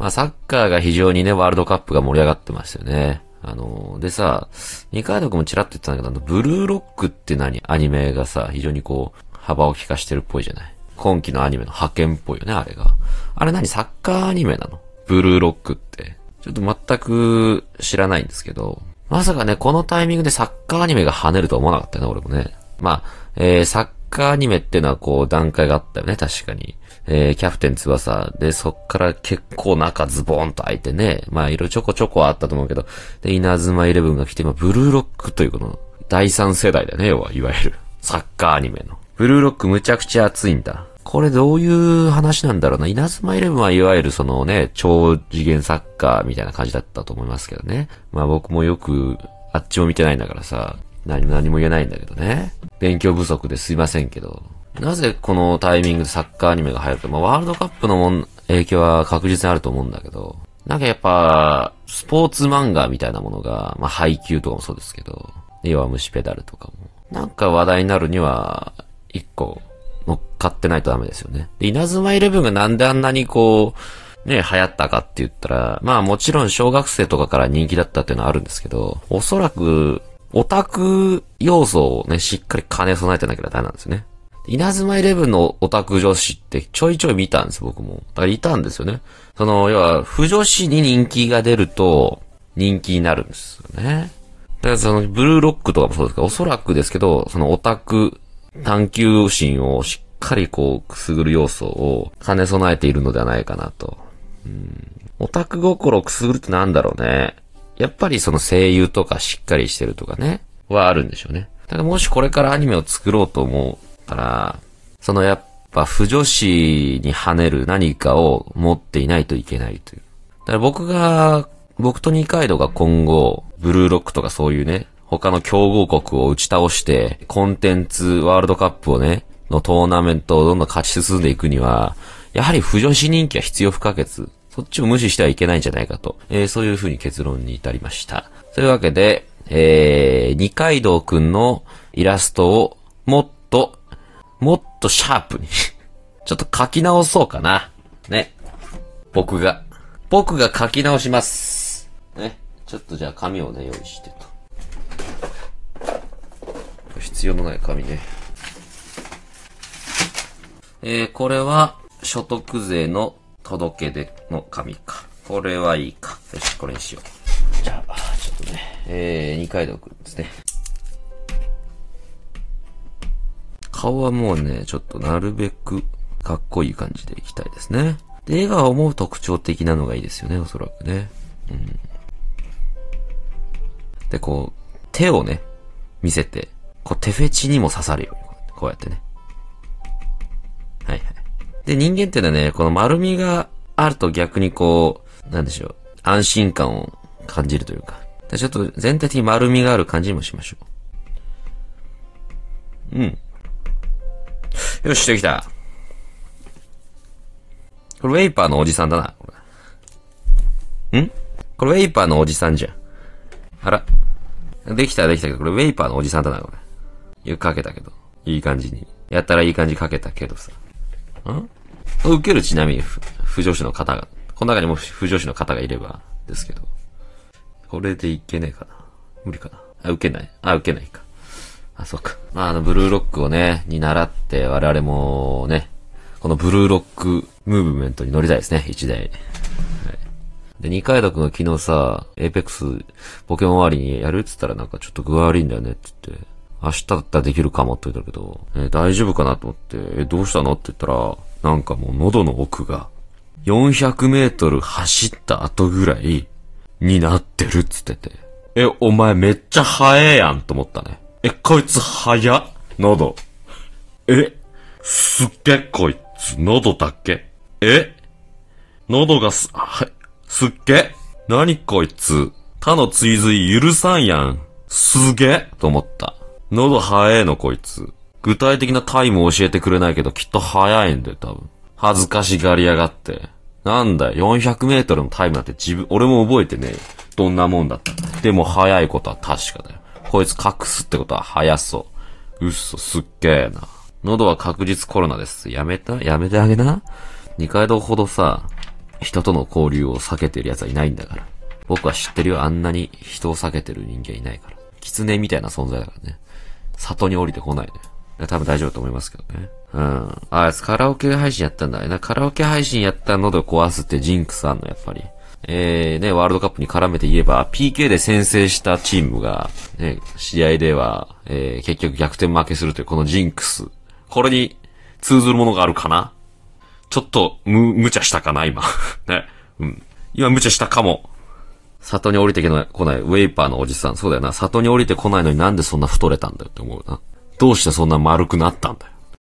まあサッカーが非常にね、ワールドカップが盛り上がってましたよね。でさ、二階堂くんもちらっと言ってたんだけど、ブルーロックって何アニメがさ、非常にこう、幅を利かしてるっぽいじゃない。今期のアニメの派遣っぽいよね、あれが。あれ何サッカーアニメなの？ブルーロックって。ちょっと全く知らないんですけど、まさかね、このタイミングでサッカーアニメが跳ねるとは思わなかったよね、俺もね。まあ、サッカーアニメっていうのはこう段階があったよね、確かに。キャプテン翼で、そっから結構中ズボーンと開いてね、まあいろいろちょこちょこあったと思うけど、で、稲妻イレブンが来て、今ブルーロックというこの第三世代だね、要は、いわゆる。サッカーアニメの。ブルーロックむちゃくちゃ熱いんだ。これどういう話なんだろうな。稲妻イレブンはいわゆるそのね、超次元サッカーみたいな感じだったと思いますけどね。まあ僕もよく、あっちも見てないんだからさ、何も言えないんだけどね。勉強不足ですいませんけど。なぜこのタイミングでサッカーアニメが流行るか。まあワールドカップの影響は確実にあると思うんだけど。なんかやっぱ、スポーツ漫画みたいなものが、まあ配給とかもそうですけど、弱虫ペダルとかも。なんか話題になるには、一個、乗っかってないとダメですよね。で、稲妻イレブンがなんであんなにこう、ね、流行ったかって言ったら、まあもちろん小学生とかから人気だったっていうのはあるんですけど、おそらく、オタク要素をね、しっかり兼ね備えてなきゃダメなんですよね。稲妻イレブンのオタク女子ってちょいちょい見たんです、僕も。だからいたんですよね。要は、不女子に人気が出ると、人気になるんですよね。だからブルーロックとかもそうですけど、おそらくですけど、オタク、探求心をしっかりこう、くすぐる要素を兼ね備えているのではないかなと。オタク心をくすぐるってなんだろうね。やっぱり声優とかしっかりしてるとかね、はあるんでしょうね。だからもしこれからアニメを作ろうと思ったら、やっぱ不女子に跳ねる何かを持っていないといけないという。だから僕と二階堂が今後、ブルーロックとかそういうね、他の強豪国を打ち倒して、コンテンツワールドカップをね、のトーナメントをどんどん勝ち進んでいくには、やはり不女子人気は必要不可欠。そっちを無視してはいけないんじゃないかと。そういう風に結論に至りました。というわけで、二階堂くんのイラストをもっとシャープにちょっと書き直そうかな。ね。僕が書き直します。ね。ちょっとじゃあ紙をね、用意してと。必要のない紙ね。これは所得税の届け出の紙か。これはいいか。よし、これにしよう。じゃあ、ちょっとね、二階堂くんですね。顔はもうね、ちょっとなるべくかっこいい感じでいきたいですね。で、笑顔も特徴的なのがいいですよね、おそらくね。で、こう、手をね、見せて、こう手フェチにも刺さるように、こうやってね。はいはい。で、人間ってのはね、この丸みがあると逆にこう、なんでしょう、安心感を感じるというか。でちょっと全体的に丸みがある感じにもしましょう。よし、できた。これウェイパーのおじさんだな。これウェイパーのおじさんじゃん。あら。できたけど、これウェイパーのおじさんだな、これ。よく書けたけど。いい感じに。やったらいい感じ書けたけどさ。受けるちなみに、不女子の方が。この中にも不女子の方がいれば、ですけど。これでいけねえかな。無理かな。受けない。受けないか。そうか。まあ、ブルーロックをね、に習って我々もね、このブルーロックムーブメントに乗りたいですね、一台。はい。で、二階堂くんが昨日さ、エーペックスポケモン終わりにやるって言ったらなんかちょっと具合悪いんだよねって言って、明日だったらできるかもって言ったけど、大丈夫かなと思って、どうしたのって言ったら、なんかもう喉の奥が400メートル走った後ぐらいになってるっつってて、お前めっちゃ速えやんと思ったね。こいつ速っ喉。すっげこいつ、喉だっけ喉がすっげ何こいつ、他の追随許さんやん。すげと思った。喉速えのこいつ。具体的なタイム教えてくれないけど、きっと速いんだよ、多分。恥ずかしがりやがって。なんだよ、400メートルのタイムなんて俺も覚えてねえ。どんなもんだった。でも速いことは確かだよ。こいつ隠すってことは速そう。すっげえな。喉は確実コロナです。やめてあげな。二階堂ほどさ、 人との交流を避けてる奴はいないんだから。僕は知ってるよ。あんなに人を避けてる人間いないから。狐みたいな存在だからね。里に降りてこないで。多分大丈夫だと思いますけどね。うん。あいつカラオケ配信やったんだね。カラオケ配信やった喉壊すってジンクスあんの、やっぱり。ね、ワールドカップに絡めて言えば、PK で先制したチームが、ね、試合では、結局逆転負けするというこのジンクス。これに通ずるものがあるかな？ちょっと、無茶したかな、今。ね。うん。今無茶したかも。里に降りてこない、ウェイパーのおじさん。そうだよな。里に降りてこないのになんでそんな太れたんだよって思うな。どうしてそんな丸くなったんだよ。